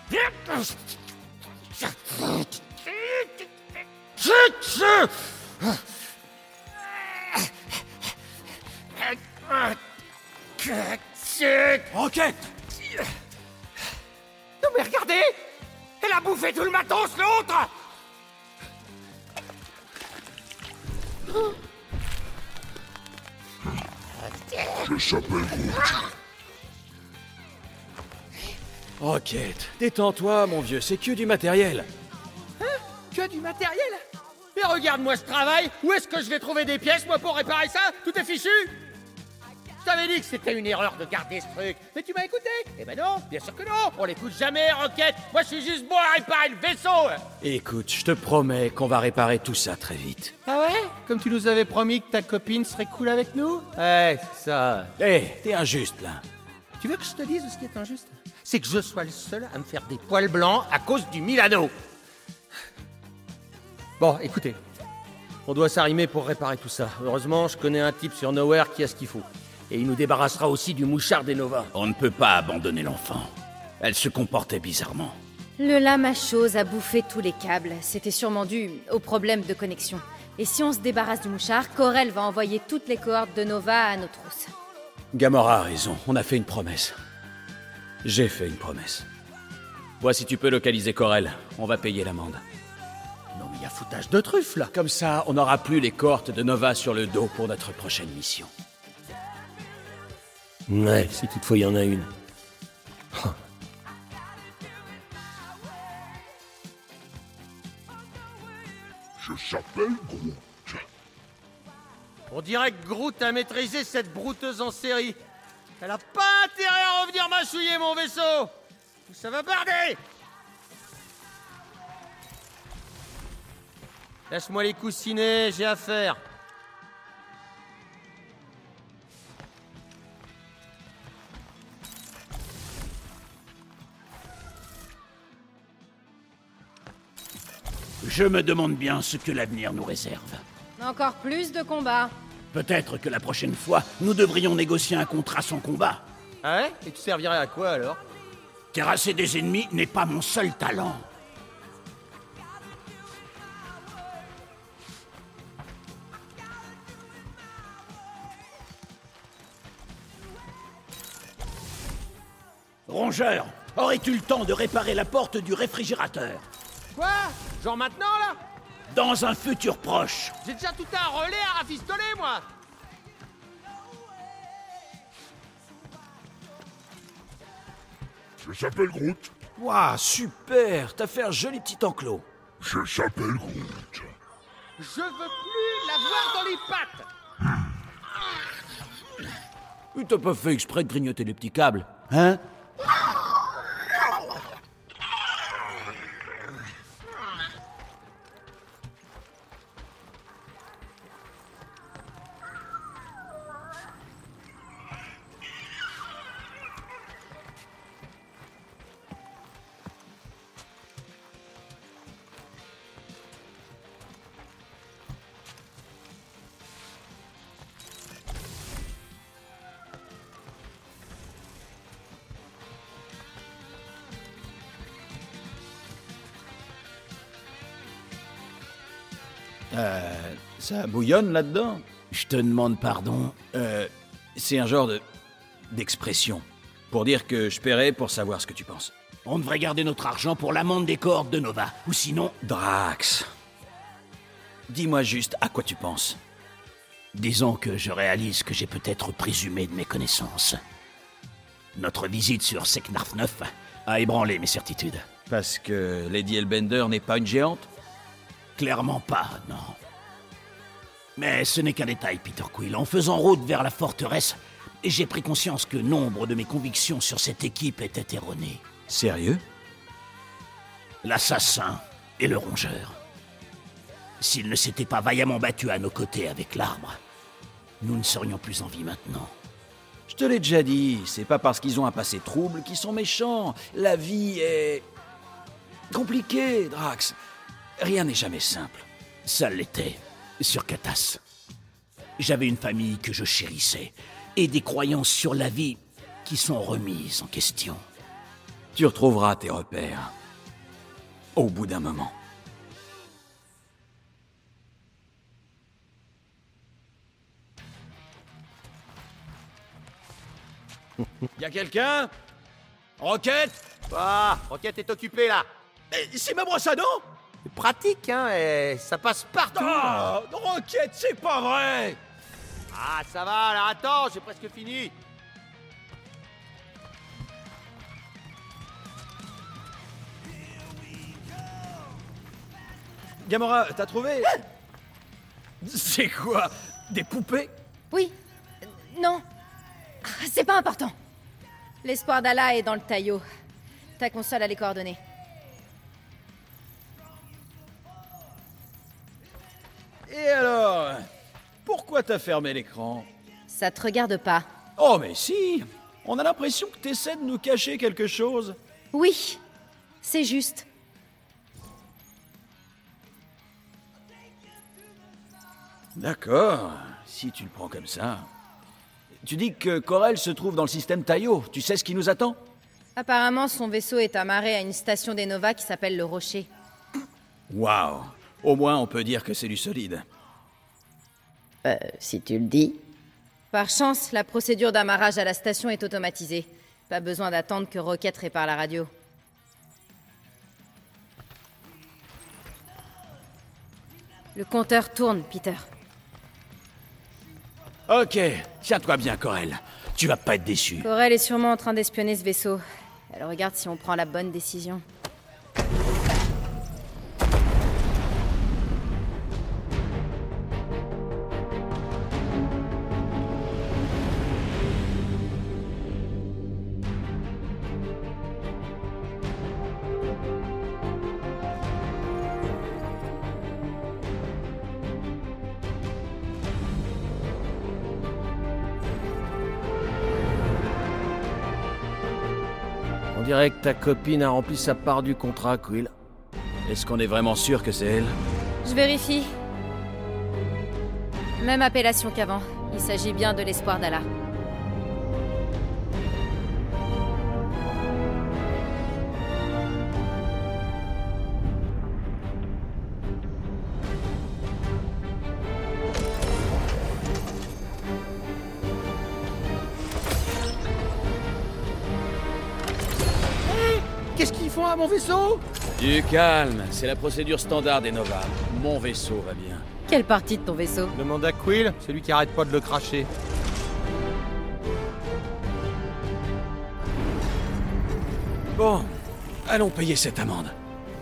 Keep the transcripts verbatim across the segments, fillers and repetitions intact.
Roquette! Non mais regardez! Elle a bouffé tout le matos, l'autre! Je s'appelle Groot. Roquette, détends-toi, mon vieux, c'est que du matériel. Hein? Que du matériel? Mais regarde-moi ce travail! Où est-ce que je vais trouver des pièces, moi, pour réparer ça? Tout est fichu! Je t'avais dit que c'était une erreur de garder ce truc, mais tu m'as écouté? Eh ben non, bien sûr que non! On l'écoute jamais, Roquette! Moi, je suis juste bon à réparer le vaisseau! Écoute, je te promets qu'on va réparer tout ça très vite. Ah ouais? Comme tu nous avais promis que ta copine serait cool avec nous? Ouais, c'est ça. Hé, hey, t'es injuste, là. Tu veux que je te dise ce qui est injuste? C'est que je sois le seul à me faire des poils blancs à cause du Milano. Bon, écoutez, on doit s'arrimer pour réparer tout ça. Heureusement, je connais un type sur Nowhere qui a ce qu'il faut. Et il nous débarrassera aussi du mouchard des Nova. On ne peut pas abandonner l'enfant. Elle se comportait bizarrement. Le lama chose a bouffé tous les câbles. C'était sûrement dû au problème de connexion. Et si on se débarrasse du mouchard, Corel va envoyer toutes les cohortes de Nova à nos trousses. Gamora a raison, on a fait une promesse. J'ai fait une promesse. Vois si tu peux localiser Corel, on va payer l'amende. Non mais il y a foutage de truffes là. Comme ça, on n'aura plus les cohortes de Nova sur le dos pour notre prochaine mission. Ouais, si toutefois il y en a une. Je s'appelle Groot. On dirait que Groot a maîtrisé cette brouteuse en série. Elle a pas intérêt à revenir mâchouiller mon vaisseau. Ça va barder. Laisse-moi les coussiner, j'ai affaire. Je me demande bien ce que l'avenir nous réserve. Encore plus de combats. Peut-être que la prochaine fois, nous devrions négocier un contrat sans combat. Ah ouais? Et tu servirais à quoi alors? Terrasser des ennemis n'est pas mon seul talent. Rongeur, aurais-tu le temps de réparer la porte du réfrigérateur? Quoi? Genre maintenant là? Dans un futur proche. J'ai déjà tout un relais à rafistoler moi. Je s'appelle Groot. Waouh, super, t'as fait un joli petit enclos. Je s'appelle Groot. Je veux plus l'avoir dans les pattes. Il t'a pas fait exprès de grignoter les petits câbles, hein? Euh, ça bouillonne là-dedans? Je te demande pardon. Euh, c'est un genre de... d'expression. Pour dire que je paierai pour savoir ce que tu penses. On devrait garder notre argent pour l'amende des cohortes de Nova. Ou sinon... Drax. Dis-moi juste à quoi tu penses. Disons que je réalise que j'ai peut-être présumé de mes connaissances. Notre visite sur Seknarf neuf a ébranlé mes certitudes. Parce que Lady Hellbender n'est pas une géante? Clairement pas, non. Mais ce n'est qu'un détail, Peter Quill. En faisant route vers la forteresse, j'ai pris conscience que nombre de mes convictions sur cette équipe étaient erronées. Sérieux? L'assassin et le rongeur. S'ils ne s'étaient pas vaillamment battus à nos côtés avec l'arbre, nous ne serions plus en vie maintenant. Je te l'ai déjà dit, c'est pas parce qu'ils ont un passé trouble qu'ils sont méchants. La vie est... compliquée, Drax. Rien n'est jamais simple. Ça l'était, sur Katas. J'avais une famille que je chérissais, et des croyances sur la vie qui sont remises en question. Tu retrouveras tes repères. Au bout d'un moment. Y a quelqu'un? Roquette? Ah, Roquette est occupée là. Eh, c'est ma brosse à dents? C'est pratique, hein, et ça passe partout. Ah, Roquette, c'est pas vrai! Ah, ça va, alors attends, j'ai presque fini. Gamora, t'as trouvé? C'est quoi? Des poupées? Oui. Euh, non. Ah, c'est pas important. L'espoir d'Allah est dans le taillot. Ta console a les coordonnées. Et alors? Pourquoi t'as fermé l'écran? Ça te regarde pas. Oh mais si! On a l'impression que t'essaies de nous cacher quelque chose. Oui. C'est juste. D'accord, si tu le prends comme ça. Tu dis que Corel se trouve dans le système Taillot. Tu sais ce qui nous attend? Apparemment, son vaisseau est amarré à une station des Nova qui s'appelle le Rocher. Waouh! Au moins, on peut dire que c'est du solide. Euh, si tu le dis. Par chance, la procédure d'amarrage à la station est automatisée. Pas besoin d'attendre que Rocket répare la radio. Le compteur tourne, Peter. Ok, tiens-toi bien, Corel. Tu vas pas être déçu. Corel est sûrement en train d'espionner ce vaisseau. Elle regarde si on prend la bonne décision. On dirait que ta copine a rempli sa part du contrat, Quill. Est-ce qu'on est vraiment sûr que c'est elle? Je vérifie. Même appellation qu'avant. Il s'agit bien de l'espoir d'Allah. Qu'est-ce qu'ils font à mon vaisseau? Du calme, c'est la procédure standard des Nova. Mon vaisseau va bien. Quelle partie de ton vaisseau? Demande à Quill, c'est lui qui arrête pas de le cracher. Bon, allons payer cette amende.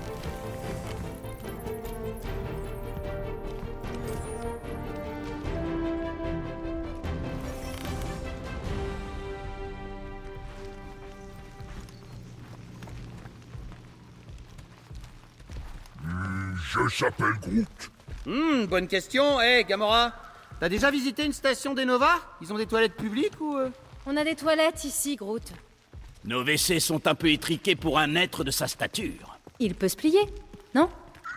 Je s'appelle Groot. Hum, bonne question. Hé, hey, Gamora, t'as déjà visité une station des Nova? Ils ont des toilettes publiques ou... euh On a des toilettes ici, Groot. Nos W C sont un peu étriqués pour un être de sa stature. Il peut se plier, non?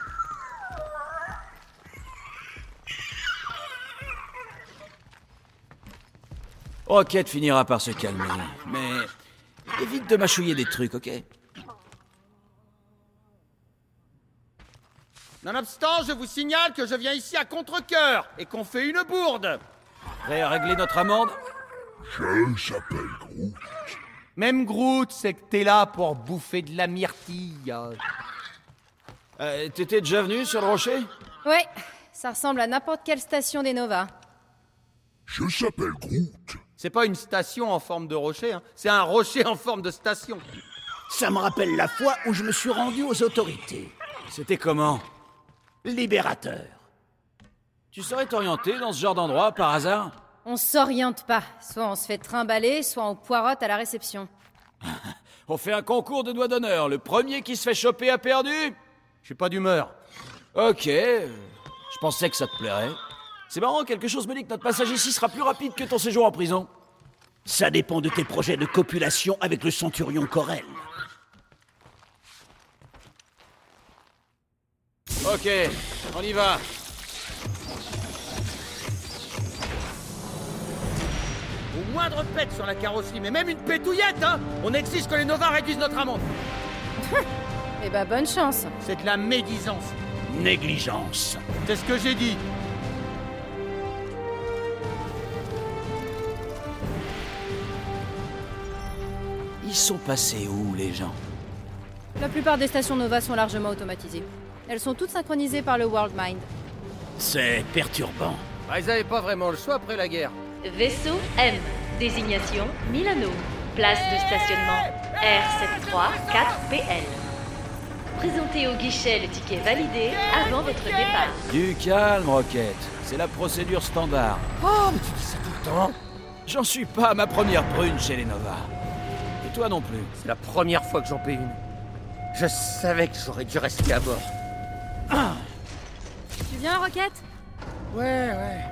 Rocket finira par se calmer, mais évite de mâchouiller des trucs, ok? Nonobstant, je vous signale que je viens ici à contre-cœur et qu'on fait une bourde. Prêt à régler notre amende? Je s'appelle Groot. Même Groot sait que t'es là pour bouffer de la myrtille. Euh, T'étais déjà venu sur le rocher? Ouais, ça ressemble à n'importe quelle station des Nova. Je s'appelle Groot. C'est pas une station en forme de rocher, hein. C'est un rocher en forme de station. Ça me rappelle la fois où je me suis rendu aux autorités. C'était comment? Libérateur. Tu saurais t'orienter dans ce genre d'endroit, par hasard? On s'oriente pas. Soit on se fait trimballer, soit on poirote à la réception. On fait un concours de doigts d'honneur. Le premier qui se fait choper a perdu? Je suis pas d'humeur. Ok, je pensais que ça te plairait. C'est marrant, quelque chose me dit que notre passage ici sera plus rapide que ton séjour en prison. Ça dépend de tes projets de copulation avec le centurion Corel. Ok, on y va. Au moindre pète sur la carrosserie, mais même une pétouillette, hein, on exige que les Nova réduisent notre amende. Eh bah, bonne chance. C'est de la médisance. Négligence. C'est ce que j'ai dit. Ils sont passés où, les gens? La plupart des stations Nova sont largement automatisées. Elles sont toutes synchronisées par le World Mind. C'est perturbant. Ah, ils avaient pas vraiment le choix après la guerre. Vaisseau M. Désignation Milano. Place de stationnement R sept trois quatre P L. Présentez au guichet le ticket validé avant votre départ. Du calme, Rocket. C'est la procédure standard. Oh, mais tu dis ça tout le temps. J'en suis pas à ma première prune chez les Nova. Et toi non plus. C'est la première fois que j'en paie une. Je savais que j'aurais dû rester à bord. Tu viens, Rocket? Ouais, ouais.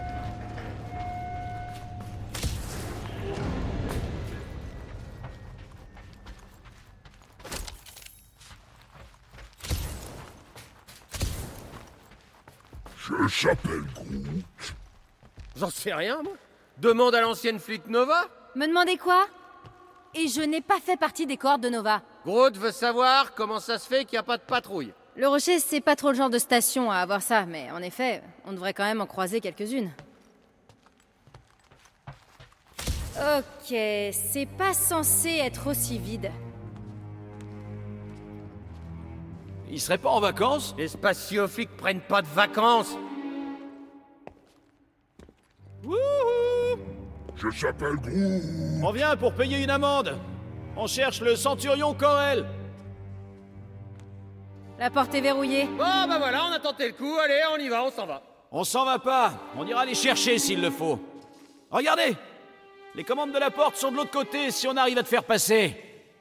Je s'appelle Groot. J'en sais rien, moi. Demande à l'ancienne flic Nova. Me demandez quoi? Et je n'ai pas fait partie des cohortes de Nova. Groot veut savoir comment ça se fait qu'il n'y a pas de patrouille. Le Rocher, c'est pas trop le genre de station à avoir ça, mais en effet, on devrait quand même en croiser quelques-unes. Ok, c'est pas censé être aussi vide. Ils seraient pas en vacances? Les spatioflics prennent pas de vacances. Wouhou! Je s'appelle Groot. On vient pour payer une amende. On cherche le Centurion Corel. La porte est verrouillée. Bon, bah voilà, on a tenté le coup. Allez, on y va, on s'en va. On s'en va pas. On ira les chercher s'il le faut. Regardez! Les commandes de la porte sont de l'autre côté si on arrive à te faire passer.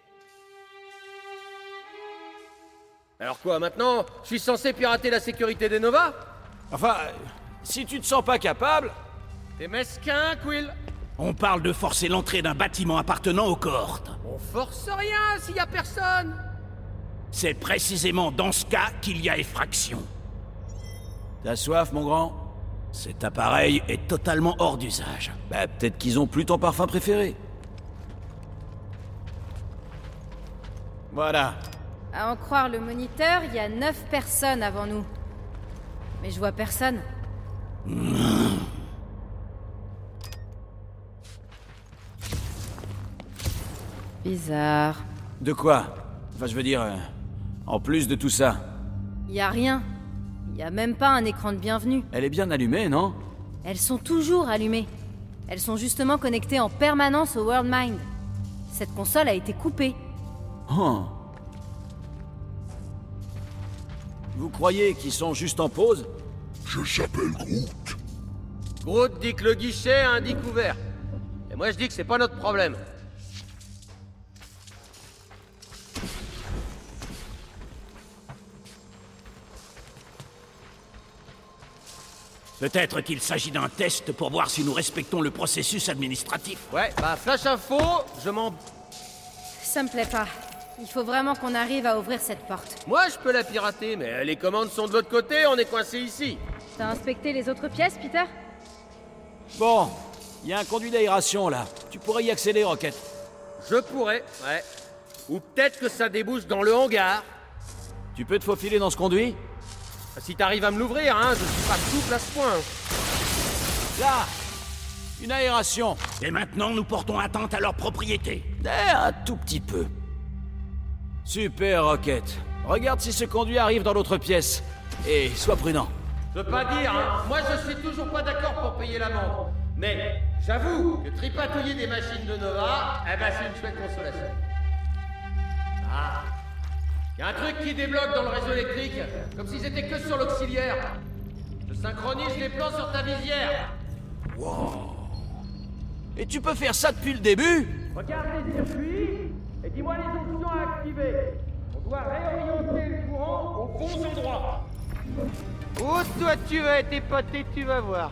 Alors quoi, maintenant? Je suis censé pirater la sécurité des Nova? Enfin, si tu te sens pas capable... T'es mesquin, Quill. On parle de forcer l'entrée d'un bâtiment appartenant aux cohortes. On force rien s'il y a personne. C'est précisément dans ce cas qu'il y a effraction. T'as soif, mon grand? Cet appareil est totalement hors d'usage. Bah, peut-être qu'ils ont plus ton parfum préféré. Voilà. À en croire le moniteur, il y a neuf personnes avant nous. Mais je vois personne. Bizarre. De quoi? Enfin, je veux dire, euh, en plus de tout ça. Il y a rien. Il y a même pas un écran de bienvenue. Elle est bien allumée, non? Elles sont toujours allumées. Elles sont justement connectées en permanence au World Mind. Cette console a été coupée. Oh. Vous croyez qu'ils sont juste en pause? Je s'appelle Groot. Groot dit que le guichet indique ouvert. Et moi je dis que c'est pas notre problème. Peut-être qu'il s'agit d'un test pour voir si nous respectons le processus administratif. Ouais, bah flash info, je m'en... Ça me plaît pas. Il faut vraiment qu'on arrive à ouvrir cette porte. Moi je peux la pirater, mais les commandes sont de l'autre côté, on est coincé ici. T'as inspecté les autres pièces, Peter? Bon, il y a un conduit d'aération, là. Tu pourrais y accéder, Rocket. Je pourrais, ouais. Ou peut-être que ça débouche dans le hangar. Tu peux te faufiler dans ce conduit? Si t'arrives à me l'ouvrir, hein, je suis pas souple à ce point. Là! Une aération. Et maintenant, nous portons atteinte à leur propriété. Eh, un tout petit peu. Super, Rocket. Regarde si ce conduit arrive dans l'autre pièce. Et sois prudent. Je veux pas dire, hein. Moi je suis toujours pas d'accord pour payer l'amende. Mais j'avoue que tripatouiller des machines de Nova, eh ben c'est une chouette consolation. Ah. Y a un truc qui débloque dans le réseau électrique, comme si c'était que sur l'auxiliaire. Je synchronise les plans sur ta visière. Wow. Et tu peux faire ça depuis le début? Regarde les circuits et dis-moi les options à activer. On doit réorienter le courant au bon endroit. Oh, toi tu vas être épaté, tu vas voir.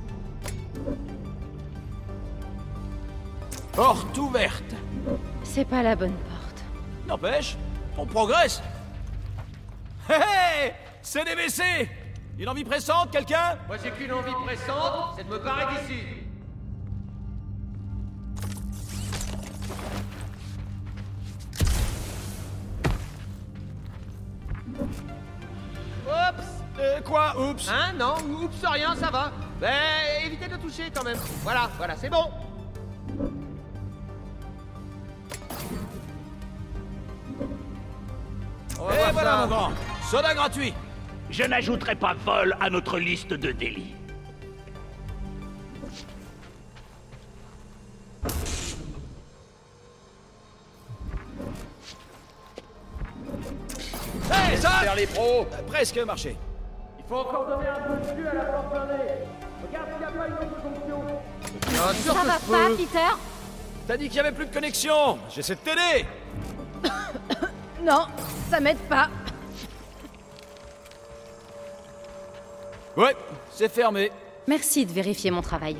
Porte ouverte. C'est pas la bonne porte. N'empêche, on progresse. Hé hé! C'est D B C! Une envie pressante, quelqu'un? Moi j'ai qu'une envie pressante, c'est de me barrer d'ici. Euh, quoi? Oups. Hein? Non, oups, rien, ça va. Ben, évitez de le toucher quand même. Voilà, voilà, c'est bon. On va Et voir voilà, ça. mon grand. Soda gratuit. Je n'ajouterai pas vol à notre liste de délits. Hé, ça Faire les pros. Euh, Presque marché. Il faut encore donner un peu de jus à la porte blindée. Regarde s'il n'y a pas une autre fonction. Bien sûr Ça que va je pas, peux. Peter? T'as dit qu'il y avait plus de connexion. J'essaie de t'aider. Non, ça m'aide pas. Ouais, c'est fermé. Merci de vérifier mon travail.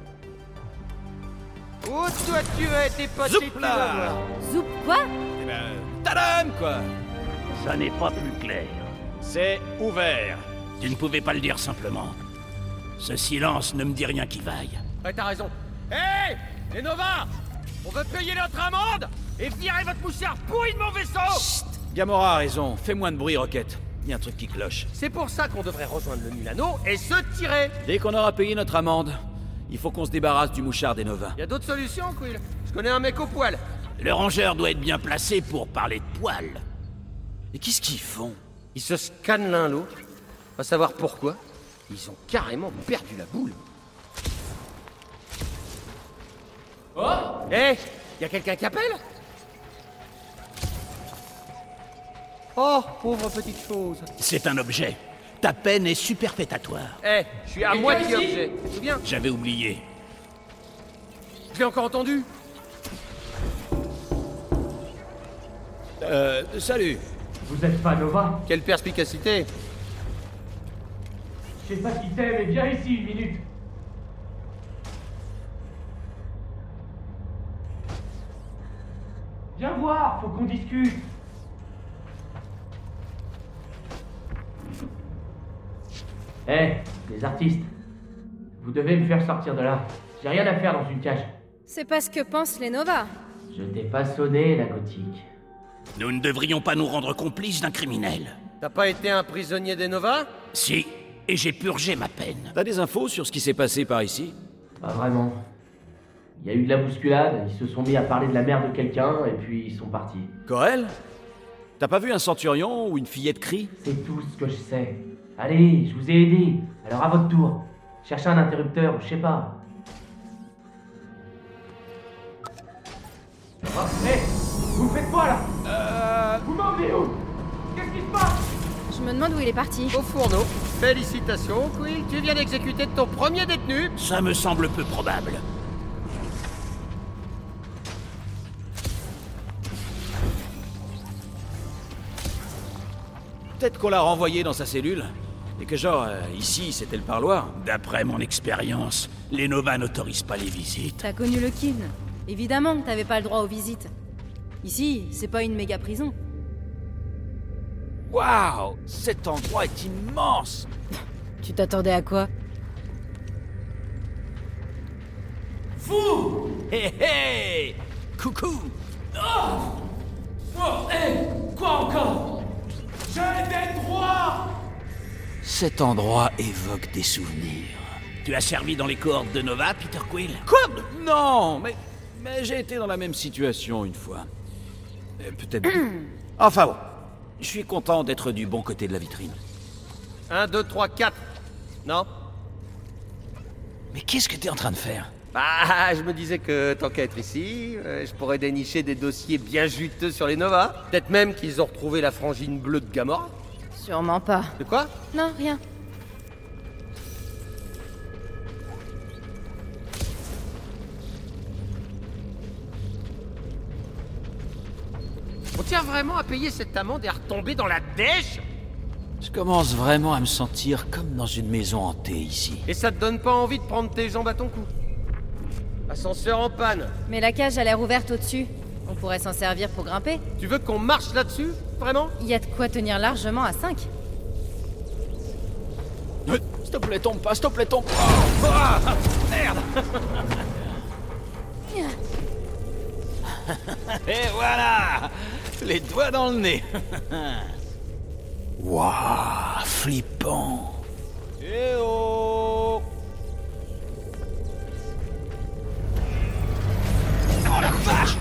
Où toi tu vas tes potes Zoup et tu là. vas voir. Zoup quoi? Eh ben, tadam, quoi. Ça n'est pas plus clair. C'est ouvert. Tu ne pouvais pas le dire simplement. Ce silence ne me dit rien qui vaille. Ouais, t'as raison. Hé, les Nova, on veut payer notre amende et virer votre mouchard pourri de mon vaisseau. Gamora a raison. Fais moins de bruit, Rocket. Il y a un truc qui cloche. C'est pour ça qu'on devrait rejoindre le Milano et se tirer. Dès qu'on aura payé notre amende, il faut qu'on se débarrasse du mouchard des Nova. Y a d'autres solutions, Quill? Je connais un mec au poil. Le rangeur doit être bien placé pour parler de poils. Et qu'est-ce qu'ils font? Ils se scannent l'un l'autre. Va savoir pourquoi. Ils ont carrément perdu la boule. Oh! Hé! Y a quelqu'un qui appelle? Oh, pauvre petite chose. C'est un objet. Ta peine est superfétatoire. Eh, je suis à moitié objet. Tu te souviens? J'avais oublié. Je l'ai encore entendu. Euh, salut. Vous êtes pas Nova? Quelle perspicacité. Je sais pas qui t'es, mais viens ici une minute. Viens voir, faut qu'on discute. Eh, les artistes, vous devez me faire sortir de là. J'ai rien à faire dans une cage. C'est pas ce que pensent les Nova. Je t'ai pas sonné, la gothique. Nous ne devrions pas nous rendre complices d'un criminel. T'as pas été un prisonnier des Nova? Si, et j'ai purgé ma peine. T'as des infos sur ce qui s'est passé par ici? Pas vraiment. Il y a eu de la bousculade, ils se sont mis à parler de la mère de quelqu'un, et puis ils sont partis. Corel? T'as pas vu un centurion ou une fillette cri? C'est tout ce que je sais. Allez, je vous ai aidé. Alors à votre tour. Cherchez un interrupteur, je sais pas. Oh, hé, vous faites quoi là? Euh... Vous m'emmenez où? Qu'est-ce qui se passe? Je me demande où il est parti. Au fourneau. Félicitations, Quill. Tu viens d'exécuter ton premier détenu. Ça me semble peu probable. Peut-être qu'on l'a renvoyé dans sa cellule. Et que genre, euh, ici, c'était le parloir. D'après mon expérience, les Nova n'autorisent pas les visites. T'as connu le kin. Évidemment que t'avais pas le droit aux visites. Ici, c'est pas une méga prison. Waouh! Cet endroit est immense! Tu t'attendais à quoi? Vous! Hé hé! Coucou! Oh, hé, quoi encore? J'ai des droits! Cet endroit évoque des souvenirs. Tu as servi dans les cohortes de Nova, Peter Quill? Quoi? Non, mais, mais j'ai été dans la même situation une fois. Euh, Peut-être... enfin bon, je suis content d'être du bon côté de la vitrine. un, deux, trois, quatre. Non? Mais qu'est-ce que t'es en train de faire? Bah, je me disais que tant qu'à être ici, euh, je pourrais dénicher des dossiers bien juteux sur les Nova. Peut-être même qu'ils ont retrouvé la frangine bleue de Gamora. Sûrement pas. De quoi? Non, rien. On tient vraiment à payer cette amende et à retomber dans la dèche? Je commence vraiment à me sentir comme dans une maison hantée ici. Et ça te donne pas envie de prendre tes jambes à ton cou? Ascenseur en panne. Mais la cage a l'air ouverte au-dessus. On pourrait s'en servir pour grimper. Tu veux qu'on marche là-dessus? Vraiment? Il y a de quoi tenir largement à cinq. Euh, S'il te plaît, tombe pas, s'il te plaît, tombe pas. Oh, ah, merde. Et voilà! Les doigts dans le nez. Waouh, flippant. Eh oh! Oh la vache!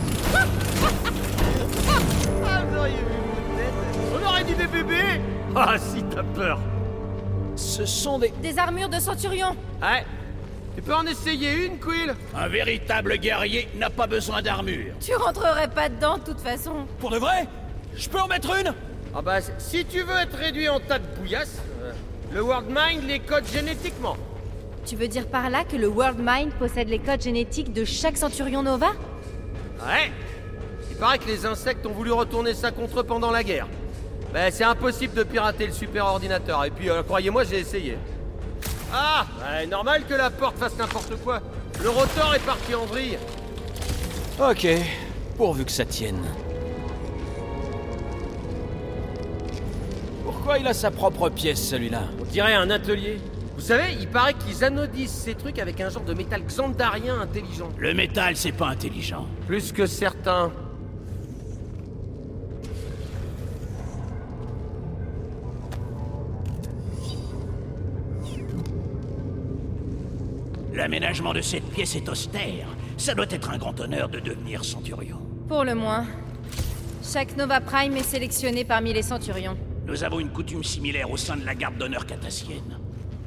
Ah, vous auriez vu vos têtes! On aurait dit des bébés! Ah, si t'as peur! Ce sont des... Des armures de centurion. Ouais. Tu peux en essayer une, Quill? Un véritable guerrier n'a pas besoin d'armure. Tu rentrerais pas dedans de toute façon. Pour de vrai? Je peux en mettre une? Ah bah, si tu veux être réduit en tas de bouillasse, euh, le World Mind les code génétiquement. Tu veux dire par là que le World Mind possède les codes génétiques de chaque centurion Nova? Ouais. Il paraît que les insectes ont voulu retourner ça contre eux pendant la guerre. Ben, c'est impossible de pirater le super ordinateur. Et puis, euh, croyez-moi, j'ai essayé. Ah, bah, normal que la porte fasse n'importe quoi. Le rotor est parti en vrille. Ok, pourvu que ça tienne. Pourquoi il a sa propre pièce, celui-là? On dirait un atelier. Vous savez, il paraît qu'ils anodisent ces trucs avec un genre de métal xandarien intelligent. Le métal, c'est pas intelligent. Plus que certains. L'aménagement de cette pièce est austère. Ça doit être un grand honneur de devenir centurion. Pour le moins. Chaque Nova Prime est sélectionné parmi les centurions. Nous avons une coutume similaire au sein de la garde d'honneur catassienne.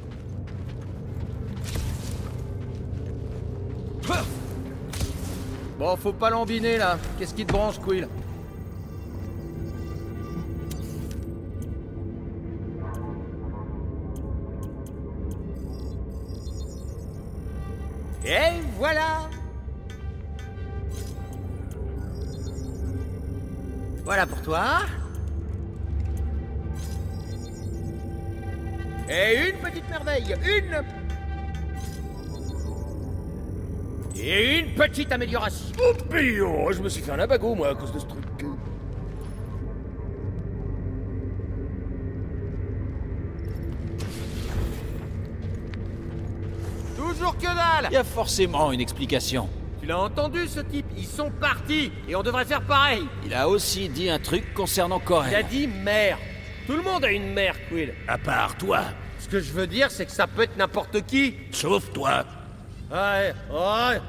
Bon, faut pas l'embiner, là. Qu'est-ce qui te branche, Quill? Et voilà! Voilà pour toi. Et une petite merveille, une! Et une petite amélioration. Oh, pio, je me suis fait un abago, moi, à cause de ce truc. Toujours que dalle! Il y a forcément une explication. Tu l'as entendu, ce type? Ils sont partis, et on devrait faire pareil. Il a aussi dit un truc concernant Il a Corel. dit mère. Tout le monde a une mère, Quill. À part toi. Ce que je veux dire, c'est que ça peut être n'importe qui. Sauf toi. Ouais, ouais.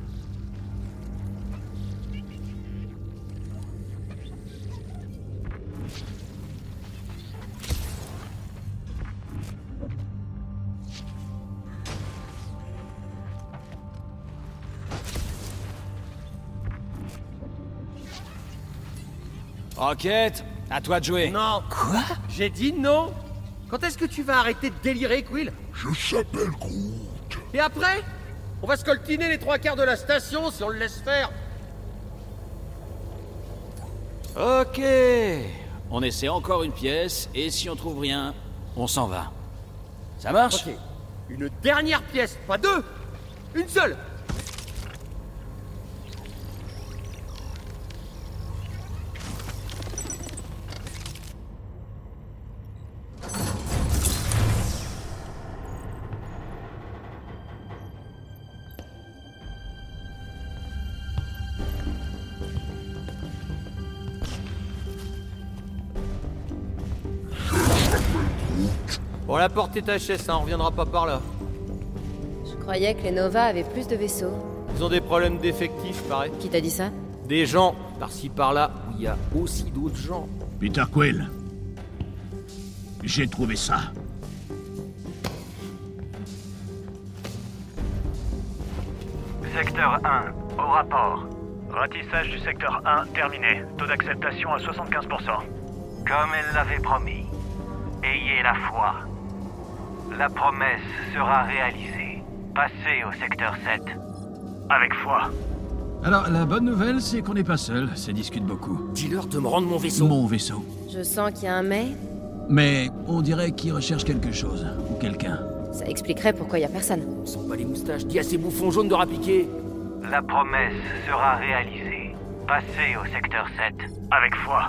Rocket, à toi de jouer. Non. Quoi? J'ai dit non. Quand est-ce que tu vas arrêter de délirer, Quill? Je s'appelle Groot. Et après? On va scoltiner les trois quarts de la station si on le laisse faire. Ok. On essaie encore une pièce, et si on trouve rien, on s'en va. Ça marche? Ok. Une dernière pièce, pas deux. Une seule. Bon, la porte est tachée, ça, on reviendra pas par là. Je croyais que les Nova avaient plus de vaisseaux. Ils ont des problèmes d'effectifs, pareil. Qui t'a dit ça? Des gens, par-ci par-là, où il y a aussi d'autres gens. Peter Quill. J'ai trouvé ça. Secteur un, au rapport. Ratissage du secteur un terminé. Taux d'acceptation à soixante-quinze pour cent. Comme elle l'avait promis. Ayez la foi. La promesse sera réalisée. Passez au secteur sept. Avec foi. Alors, la bonne nouvelle, c'est qu'on n'est pas seul. Ça discute beaucoup. Dis-leur de me rendre mon vaisseau. Mon vaisseau. Je sens qu'il y a un mais. Mais on dirait qu'il recherche quelque chose. Ou quelqu'un. Ça expliquerait pourquoi il y a personne. On sent pas les moustaches. Dis à ces bouffons jaunes de rappiquer. La promesse sera réalisée. Passez au secteur sept. Avec foi.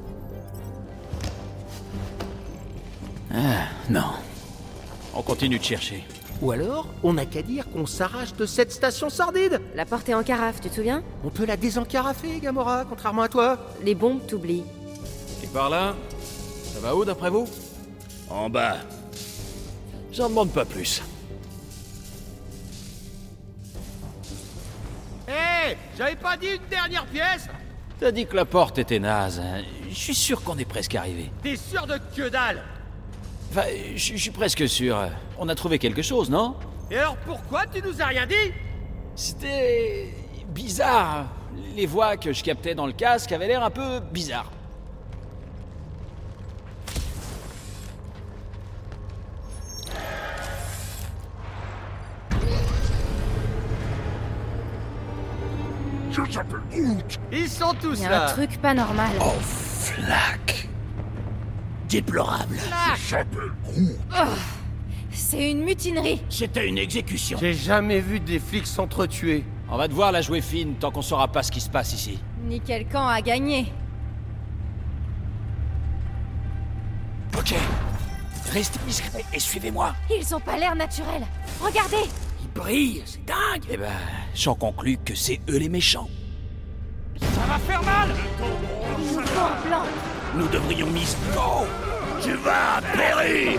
Ah, non. On continue de chercher. Ou alors, on n'a qu'à dire qu'on s'arrache de cette station sordide. La porte est en carafe, tu te souviens? On peut la désencarafer, Gamora, contrairement à toi. Les bombes t'oublient. Et par là? Ça va où, d'après vous? En bas. J'en demande pas plus. Hé hey, j'avais pas dit une dernière pièce? T'as dit que la porte était naze. Je suis sûr qu'on est presque arrivé. T'es sûr de que dalle? Enfin, je suis presque sûr. On a trouvé quelque chose, non? Et alors pourquoi tu nous as rien dit? C'était... bizarre. Les voix que je captais dans le casque avaient l'air un peu bizarres. Je s'appelle Groot. Ils sont tous Il y a là. un truc pas normal. Oh, flac. Déplorable. Je s'appelle Groot. Oh, c'est une mutinerie. C'était une exécution. J'ai jamais vu des flics s'entretuer. On va devoir la jouer fine tant qu'on saura pas ce qui se passe ici. Ni quel camp a gagné. Ok. Restez discret et suivez-moi. Ils ont pas l'air naturels. Regardez. Ils brillent, c'est dingue. Eh ben, j'en conclus que c'est eux les méchants. Ça va faire mal. Mouvement blanc. Nous devrions miser. Oh, tu vas périr.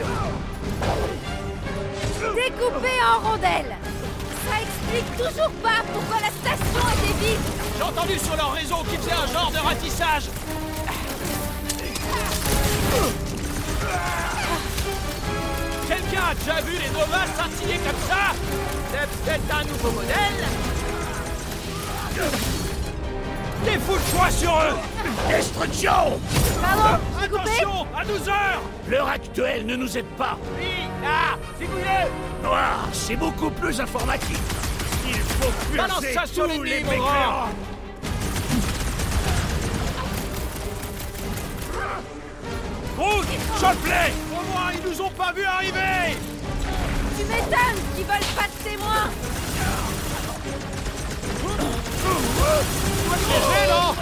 Découpé en rondelles. Ça explique toujours pas pourquoi la station était vide. J'ai entendu sur leur réseau qu'ils faisaient un genre de ratissage. Quelqu'un a déjà vu les Novas scintiller comme ça? C'est peut-être un nouveau modèle. Des fous de choix sur eux. Destruction. Pardon, j'ai coupé. Attention, à douze heures. L'heure actuelle ne nous aide pas. Oui, là, figurez. Noir, c'est beaucoup plus informatique. Il faut Balance purger ça sur tous l'ennemi, les mon grand. mécréants. Groot, Chopley, au moins ils nous ont pas vu arriver. Tu m'étonnes qu'ils veulent pas de témoins. Piégé, non?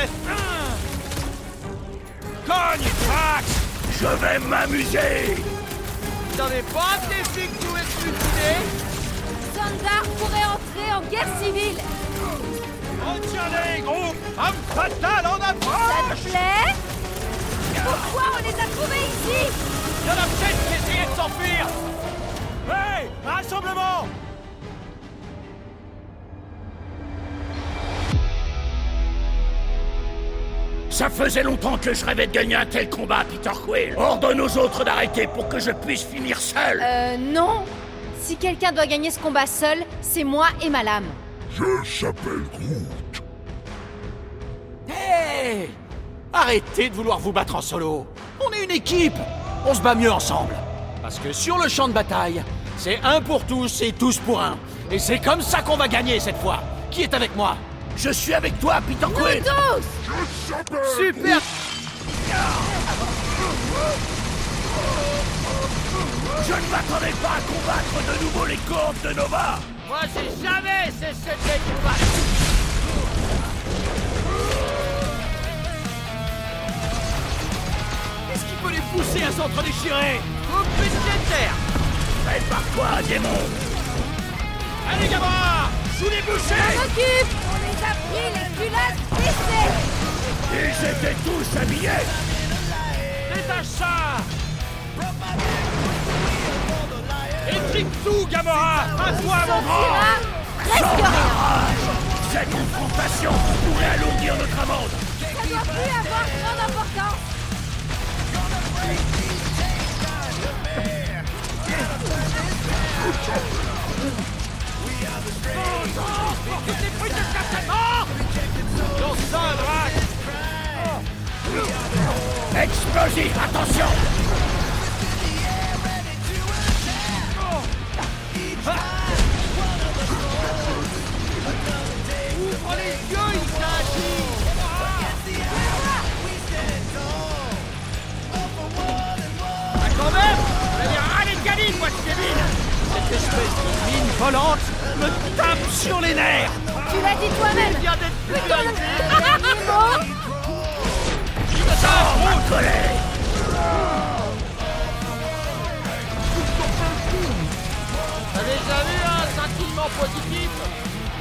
Cogne, Drax. Je vais m'amuser. T'en es pas des flics qui nous expliquer? Sandar pourrait entrer en guerre civile. Retiens-les, Groot. Homme fatal en Ça approche. te plaît? Pourquoi on les a trouvés ici? Il y en a peut-être qui essayaient de s'enfuir. Hey, rassemblement. Ça faisait longtemps que je rêvais de gagner un tel combat, Peter Quill. Ordonne aux autres d'arrêter pour que je puisse finir seul. Euh, non. Si quelqu'un doit gagner ce combat seul, c'est moi et ma lame. Je s'appelle Groot. Hey, arrêtez de vouloir vous battre en solo. On est une équipe. On se bat mieux ensemble. Parce que sur le champ de bataille, c'est un pour tous et tous pour un. Et c'est comme ça qu'on va gagner cette fois. Qui est avec moi? Je suis avec toi, Peter Quill. Tous. Je s'appelle Super. Je ne m'attendais pas à combattre de nouveau les cohortes de Nova. Moi, j'ai jamais cessé de les combattre. Qu'est-ce qui peut les pousser à s'entre-déchirer? Coupe budgétaire. Prépare-toi, démon. Allez, Gamora, sous les bouchées. On occupe. On les a pris les culottes baissées. Ils étaient tous habillés. Détache ça. Étripe tout, Gamora. À toi, mon grand. Sortira presque rien. Cette confrontation pourrait alourdir notre amende. Ça doit plus avoir grande importance. Toutes les trucs de stationnement. Lance ça, Drax. Explosif, attention. Ouvre les yeux, Itachi. Ah, quand même. Vous avez ras les canines, moi, ce débile. Cette espèce de mine volante me tape sur les nerfs. Tu l'as dit toi-même. Viens d'être plus Plutôt le vérifié. dernier mot. Sors ma colère. T'avais déjà vu un scintillement positif?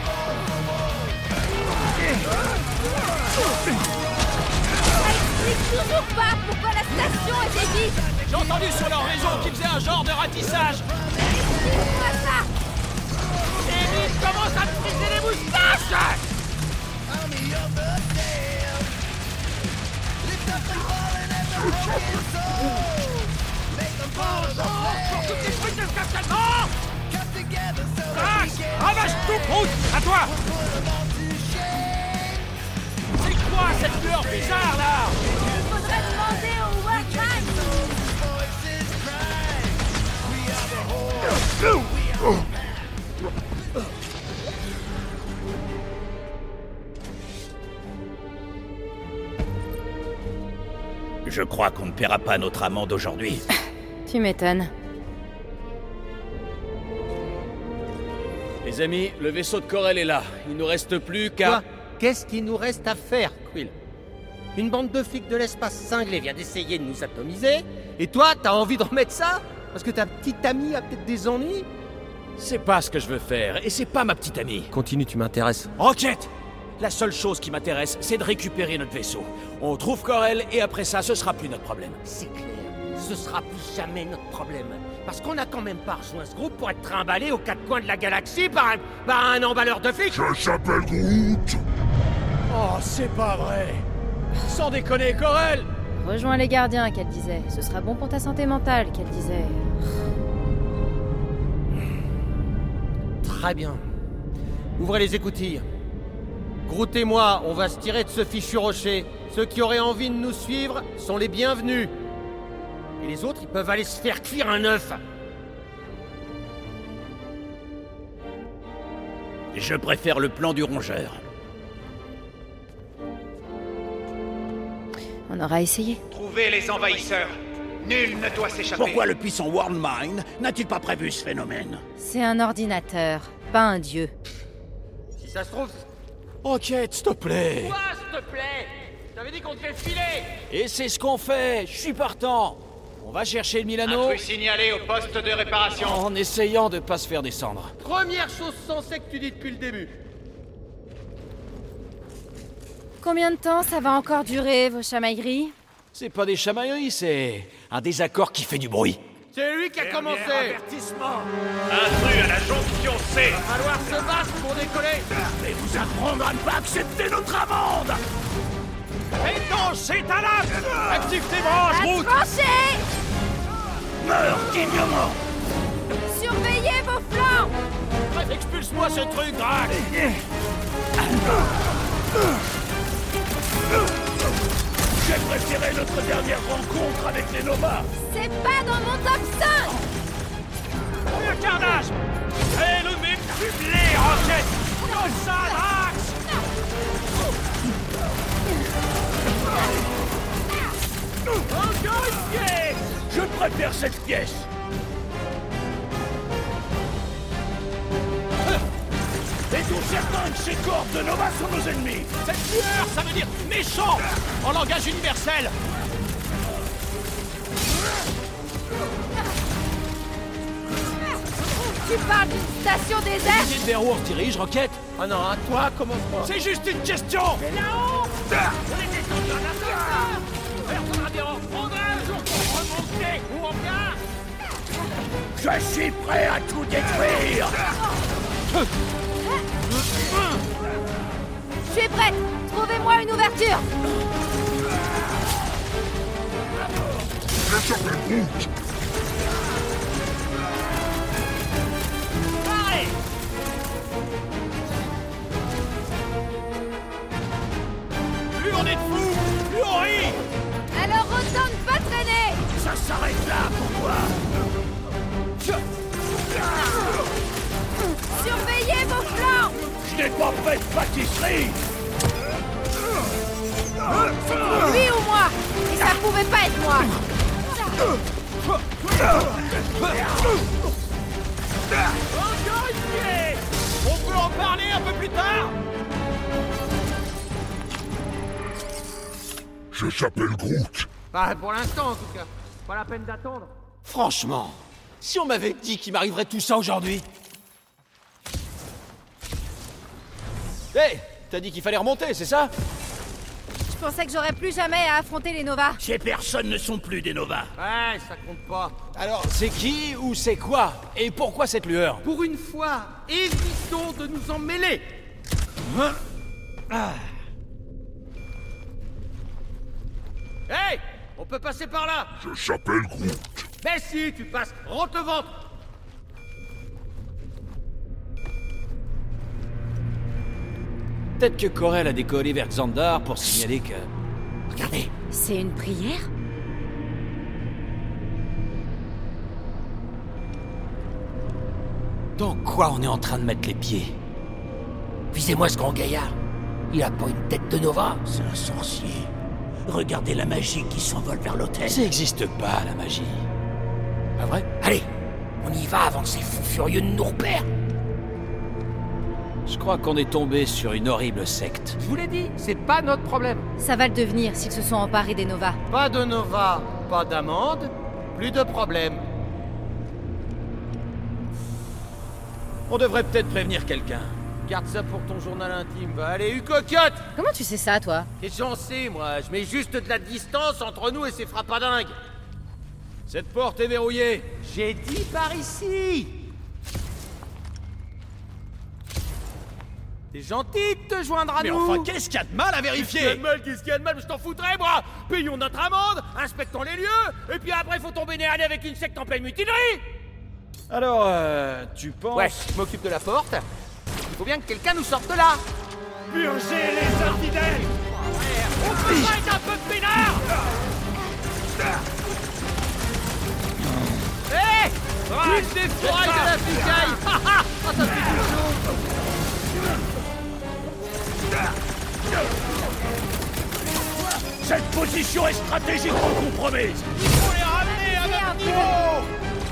Ça explique toujours pas pourquoi la station était vide. J'ai entendu sur leur réseau qu'ils faisaient un genre de ratissage. Dis-moi ça. Et vite, commence à me friser les moustaches. Pour toutes les trucs de stationnement. Max, ravage tout, Groot. À toi. C'est quoi cette lueur bizarre là? Il faudrait demander au Workman. Je crois qu'on ne paiera pas notre amende aujourd'hui. Tu m'étonnes. Les amis, le vaisseau de Corel est là. Il nous reste plus qu'à... Quoi? Qu'est-ce qu'il nous reste à faire, Quill? Une bande de flics de l'espace cinglés vient d'essayer de nous atomiser, et toi, t'as envie de remettre ça? Parce que ta petite amie a peut-être des ennuis? C'est pas ce que je veux faire, et c'est pas ma petite amie. Continue, tu m'intéresses. Rocket! La seule chose qui m'intéresse, c'est de récupérer notre vaisseau. On trouve Corel, et après ça, ce sera plus notre problème. C'est clair, ce sera plus jamais notre problème. Parce qu'on a quand même pas rejoint ce groupe pour être trimballé aux quatre coins de la galaxie par un, par un emballeur de flics. Je s'appelle Groot. Oh, c'est pas vrai! Sans déconner, Corel! Rejoins les gardiens, qu'elle disait. Ce sera bon pour ta santé mentale, qu'elle disait. Très bien. Ouvrez les écoutilles. Groot et moi, on va se tirer de ce fichu rocher. Ceux qui auraient envie de nous suivre sont les bienvenus. Et les autres, ils peuvent aller se faire cuire un œuf. Je préfère le plan du rongeur. On aura essayé. Trouvez les envahisseurs. Nul ne doit s'échapper. Pourquoi le puissant Worldmind n'a-t-il pas prévu ce phénomène? C'est un ordinateur, pas un dieu. Si ça se trouve... Rocket, s'il te plaît! Quoi, s'il te plaît? Je t'avais dit qu'on devait filer. Et c'est ce qu'on fait! Je suis partant! On va chercher le Milano... Intrus signalé au poste de réparation. En essayant de pas se faire descendre. Première chose sensée que tu dis depuis le début. Combien de temps ça va encore durer, vos chamailleries? C'est pas des chamailleries, c'est un désaccord qui fait du bruit. C'est lui qui a commencé. Avertissement! Intrus à la jonction C. Va falloir se battre pour décoller. Mais vous apprendre à ne pas accepter notre amende! Étanche, c'est à l'âme! Active tes branches, Groot! Tranchez! Meurs dignement! Surveillez vos flancs! Bref, expulse-moi ce truc, Drax! J'ai préféré notre dernière rencontre avec les Nova! C'est pas dans mon top cinq! Le carnage! Et le mec publié, Rocket! Comme ça, Drax! Encore une pièce! Je préfère cette pièce! Êtes-vous certain que ces corps de Nova sont nos ennemis? Cette lueur, ça veut dire méchant! En langage universel! Tu parles d'une station déserte? C'est vers où on se dirige, Rocket? Ah non, à toi, commence pas. C'est juste une question! C'est là-haut. On est descendu en ascenseur. Il faudra bien en reprendre un jour pour remonter. Où on vient? Je suis prêt à tout détruire! Je suis prête! Trouvez-moi une ouverture! Je s'appelle Groot. Allez! Plus on est de fous, plus on rit! Alors autant ne pas traîner! Ça s'arrête là, pourquoi? Surveillez vos flancs! Je n'ai pas fait de pâtisserie! Lui ou moi! Et ça pouvait pas être moi! Encore une pièce! On peut en parler un peu plus tard? Je s'appelle Groot. Bah, pour l'instant, en tout cas. Pas la peine d'attendre. Franchement, si on m'avait dit qu'il m'arriverait tout ça aujourd'hui... Hé, hey, t'as dit qu'il fallait remonter, c'est ça? pensais que j'aurais plus jamais à affronter les Nova. Ces personnes ne sont plus des Nova. Ouais, ça compte pas. Alors, c'est qui ou c'est quoi? Et pourquoi cette lueur? Pour une fois, évitons de nous en mêler. Hein? Ah. Hey! On peut passer par là! Je s'appelle Groot. Mais si, tu passes, rentre le ventre! Peut-être que Corel a décollé vers Xandar pour signaler que... Regardez! C'est une prière? Dans quoi on est en train de mettre les pieds? Visez-moi ce grand gaillard. Il a pas une tête de Nova. C'est un sorcier. Regardez la magie qui s'envole vers l'hôtel. Ça n'existe pas, la magie. Pas vrai? Allez, on y va avant que ces fous furieux ne nous repèrent. Je crois qu'on est tombé sur une horrible secte. Je vous l'ai dit, c'est pas notre problème. Ça va le devenir s'ils se sont emparés des Nova. Pas de Nova, pas d'amende, plus de problème. On devrait peut-être prévenir quelqu'un. Garde ça pour ton journal intime, va. Allez, Ucocotte! Comment tu sais ça, toi? Qu'est-ce que j'en sais, moi? Je mets juste de la distance entre nous et ces frappadingues. Cette porte est verrouillée. J'ai dit par ici! T'es gentil de te joindre à Mais nous! enfin, qu'est-ce qu'il y a de mal à vérifier? Qu'est-ce qu'il y a de mal? Qu'est-ce qu'il y a de mal? Je t'en foutrais, moi! Payons notre amende, inspectons les lieux, et puis après, faut tomber nez à nez avec une secte en pleine mutinerie! Alors, euh, tu penses... Ouais, je m'occupe de la porte. Il faut bien que quelqu'un nous sorte de là! Purgez les infidèles! On peut pas être un peu de peinard! Hé! Plus des fourrailles de la picaille! Ha ha! Ah, ça fait du chaud! Cette position est stratégiquement compromise. Il faut les ramener à notre niveau!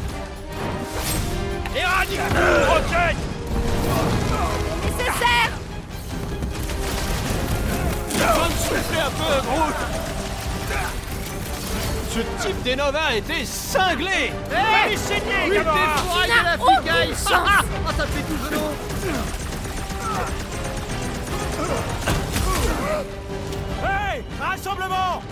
Éradique-nous, Rocket! Nécessaire! Va me souffler un peu, Groot! Ce type des Nova était cinglé! Hé! Plus des fourrailles de la picaille! Ha ha! Ah, ça fait tout chaud! Hey! Rassemblement!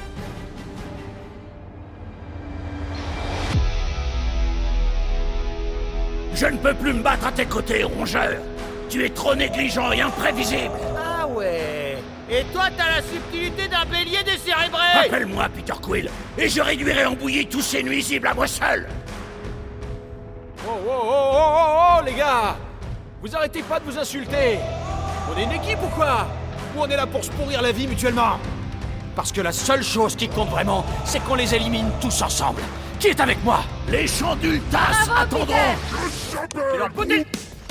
Je ne peux plus me battre à tes côtés, rongeur. Tu es trop négligent et imprévisible. Ah ouais! Et toi, t'as la subtilité d'un bélier décérébré! Appelle-moi Peter Quill, et je réduirai en bouillie tous ces nuisibles à moi seul. Oh, oh, oh, oh, oh, oh, les gars! Vous arrêtez pas de vous insulter! On est une équipe ou quoi? Ou on est là pour se pourrir la vie mutuellement? Parce que la seule chose qui compte vraiment, c'est qu'on les élimine tous ensemble. Qui est avec moi? Les Chandultas attendront. Je s'appelle leur Groot.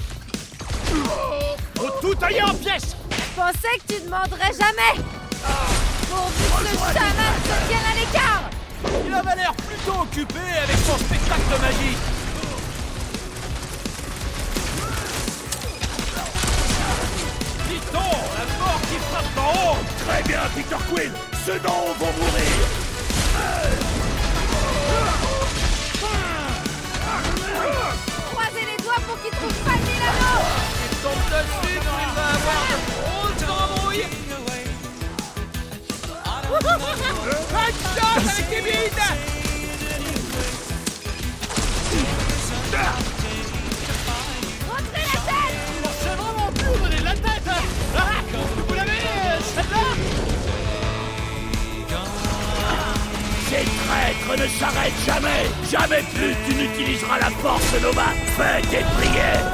Faut tout tailler en pièces! Je pensais que tu demanderais jamais! Pourvu que le chaman se tienne à l'écart! Il avait l'air plutôt occupé avec son spectacle de magie. Dit-on, la mort qui frappe d'en haut! Très bien, Peter Quill. Ceux d'en haut vont mourir. Croisez les doigts pour qu'ils trouvent pas le Milano! Il tombe dessus quand il va avoir de grosses embrouilles! Headshot avec les bides! Montrez la tête! C'est vraiment plus donner de la tête! Ah, vous l'avez, celle-là! Ces traîtres ne s'arrêtent jamais. Jamais plus tu n'utiliseras la force, Nova. Fais tes prières.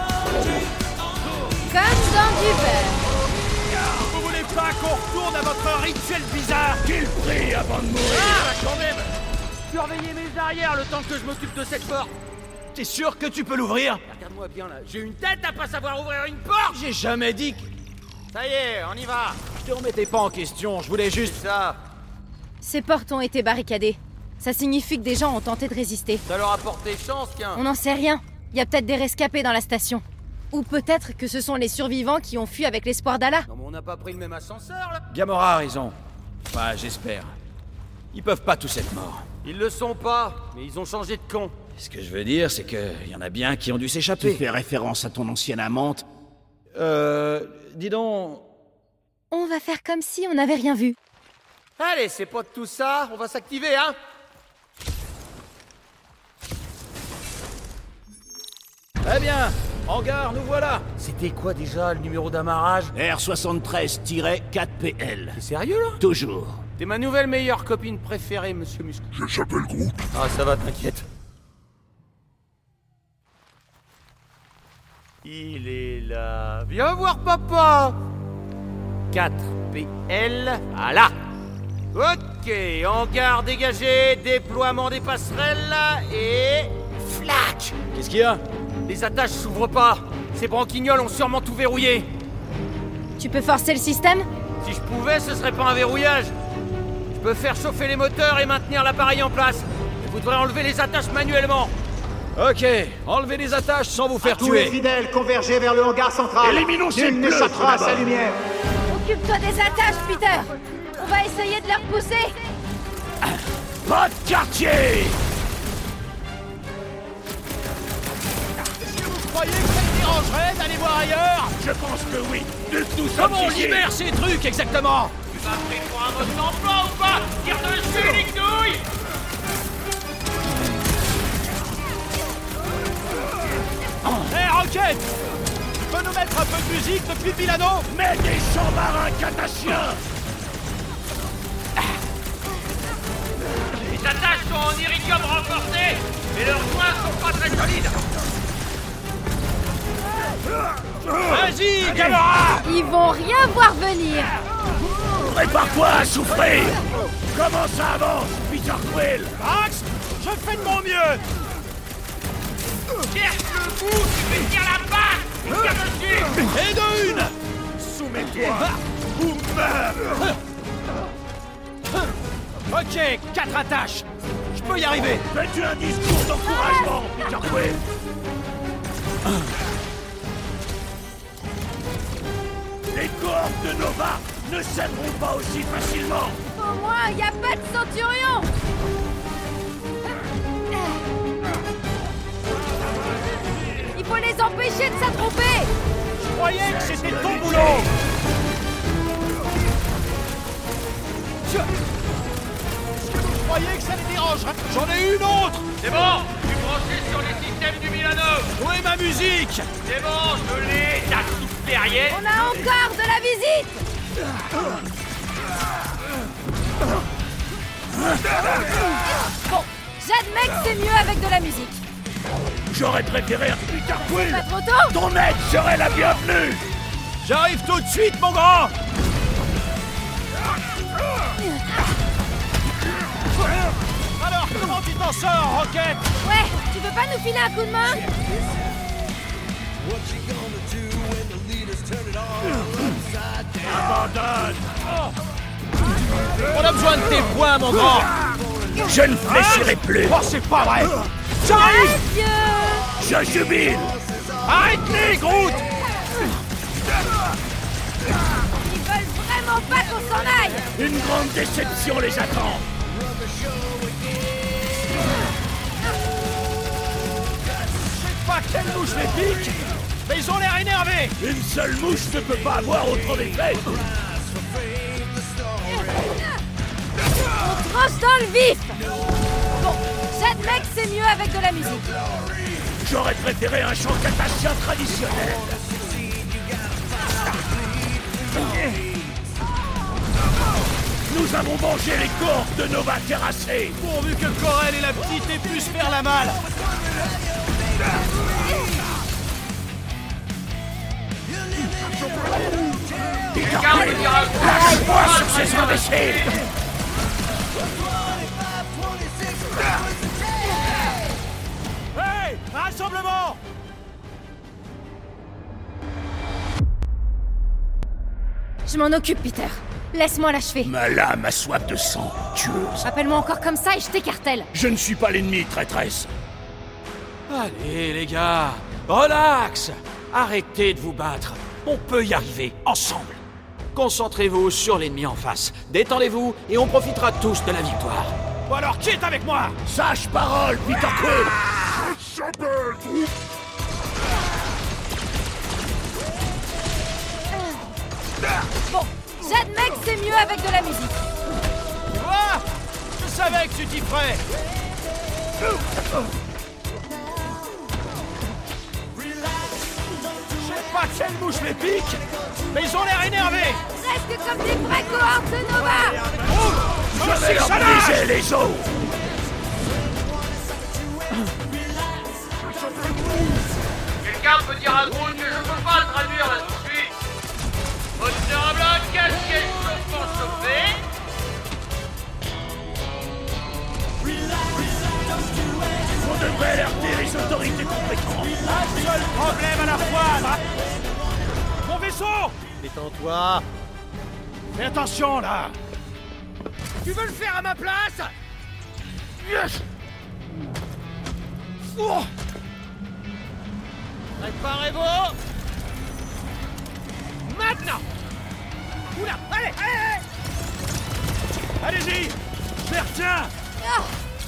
Comme dans du beurre. Vous voulez pas qu'on retourne à votre rituel bizarre? Qu'il prie avant de mourir. Ah, quand même! Surveillez mes arrières le temps que je m'occupe de cette porte! T'es sûr que tu peux l'ouvrir? Regarde-moi bien là, j'ai une tête à pas savoir ouvrir une porte! J'ai jamais dit que... Ça y est, on y va! Je te remettais pas en question, je voulais juste... Ça, Ces portes ont été barricadées. Ça signifie que des gens ont tenté de résister. ça leur a porté chance, qu'un... On n'en sait rien. Il y a peut-être des rescapés dans la station. Ou peut-être que ce sont les survivants qui ont fui avec l'espoir d'Allah. Non mais on n'a pas pris le même ascenseur là! Gamora a raison. Enfin, j'espère. Ils peuvent pas tous être morts. Ils le sont pas, mais ils ont changé de con. Ce que je veux dire, c'est que y en a bien qui ont dû Tu s'échapper. fais référence à ton ancienne amante. Euh... Dis donc... On va faire comme si on n'avait rien vu. Allez, c'est pas de tout ça, on va s'activer, hein. Très bien. Hangar, nous voilà. C'était quoi déjà le numéro d'amarrage? R soixante-treize quatre P L. T'es sérieux là? Toujours. T'es ma nouvelle meilleure copine préférée, monsieur Muscle. J'ai échappé le groupe. Ah, ça va, t'inquiète. Il est là. Viens voir papa. quatre P L. Voilà. Ok, hangar dégagé, déploiement des passerelles et... Flac! Qu'est-ce qu'il y a? Les attaches s'ouvrent pas. Ces branquignoles ont sûrement tout verrouillé. Tu peux forcer le système? Si je pouvais, ce serait pas un verrouillage. Je peux faire chauffer les moteurs et maintenir l'appareil en place. Je voudrais enlever les attaches manuellement. Ok, enlevez les attaches sans vous faire Tous tuer. les fidèles convergez vers le hangar central. Éliminons ces Nul bleus, n'échappera à tout sa d'abord. lumière. Occupe-toi des attaches, Peter. On va essayer de les repousser. Pas de quartier. Vous croyez que ça me dérangerait d'aller voir ailleurs? Je pense que oui. De tout ça. Comment on libère ces trucs exactement? Tu m'as pris pour un mode d'emploi ou pas? Tire dessus, les couilles! Hé, Rocket! Tu peux nous mettre un peu de musique depuis Milano? Mets des chants marins catachiens. Les attaches sont en iridium renforcé, mais leurs joints sont pas très solides. Vas-y, camarade! Ils vont rien voir venir. Prépare-toi à souffrir. Comment ça avance, Peter Quill? Max, je fais de mon mieux! Cherche le bout, tu peux tirer la patte! Tire dessus! Et de une! Soumets-toi ou meurs. Ok, quatre attaches! Je peux y arriver! Fais-tu un discours d'encouragement, Peter Quill? Les cohortes de Nova ne céderont pas aussi facilement. Au moins, y a pas de centurion. Il faut les empêcher de s'attromper. Je croyais que c'était ton boulot! Je... Est-ce que vous croyez que ça les dérangerait? J'en ai une autre! C'est bon, je suis branché sur les systèmes du Milano. Où est ma musique? C'est bon, je l'ai, ta soupe derrière. On a encore de la visite. Bon, j'admets que c'est mieux avec de la musique. J'aurais préféré un Peter Quill. Pas trop tôt? Ton aide serait la bienvenue. J'arrive tout de suite, mon grand! Alors, comment tu t'en sors, Rocket? Ouais, tu veux pas nous filer un coup de main? Abandonne. On a besoin de tes poings, mon grand! Je ne fléchirai plus. Oh, c'est pas vrai! J'arrive! Adieu! Je jubile. Arrête-les, Groot! Ils veulent vraiment pas qu'on s'en aille! Une grande déception les attend. Je sais pas quelle mouche les pique, mais ils ont l'air énervés! Une seule mouche ne peut pas avoir autant d'effet. On tranche dans le vif! Bon, j'admets que c'est mieux avec de la musique. J'aurais préféré un chant catachien traditionnel. Nous avons mangé les cohortes de Nova terrassées. Pourvu que Corel et la petite aient pu se faire la malle! Lâche-moi sur ces imbéciles. Hey! Rassemblement! Je m'en occupe, Peter. Laisse-moi l'achever. Ma lame a soif de sang, tueuse. Appelle-moi encore comme ça et je t'écartèle. Je ne suis pas l'ennemi, traîtresse. Allez, les gars, relax! Arrêtez de vous battre. On peut y arriver, ensemble. Concentrez-vous sur l'ennemi en face. Détendez-vous et on profitera tous de la victoire. Bon alors, qui est avec moi? Sage parole, Peter Quill. Échappé le groupe. Bon, J'admets que c'est mieux avec de la musique. Tu vois? Je savais que tu t'y ferais. Je sais pas quelle mouche les pique, mais ils ont l'air énervés. Presque comme des vrais cohortes de Nova. Oh, Je vais leur briser les os. Quelqu'un peut dire à Groot que je peux pas le traduire là tout de suite. Moteur à blanc, casquette chauffant chauffé. On devrait alerter les autorités compétentes. Un seul problème à la fois, là. Mon vaisseau! Détends-toi. Fais attention, là. Tu veux le faire à ma place? Yes. Oh. Préparez-vous. Maintenant. Oula, allez, allez, allez. Allez-y. Je les retiens. Ah.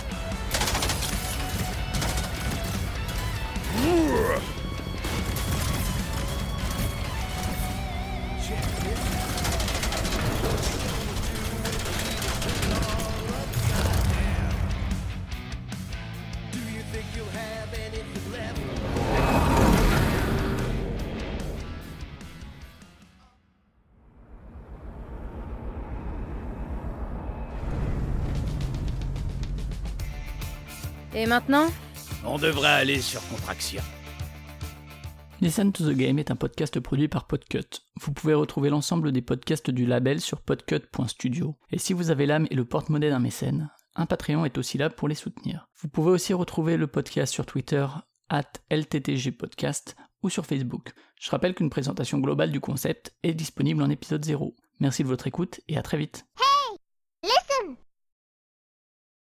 Et maintenant? On devrait aller sur Contraction. Listen to the Game est un podcast produit par Podcut. Vous pouvez retrouver l'ensemble des podcasts du label sur podcut point studio. Et si vous avez l'âme et le porte-monnaie d'un mécène, un Patreon est aussi là pour les soutenir. Vous pouvez aussi retrouver le podcast sur Twitter, arobase L T T G podcast, ou sur Facebook. Je rappelle qu'une présentation globale du concept est disponible en épisode zéro. Merci de votre écoute et à très vite.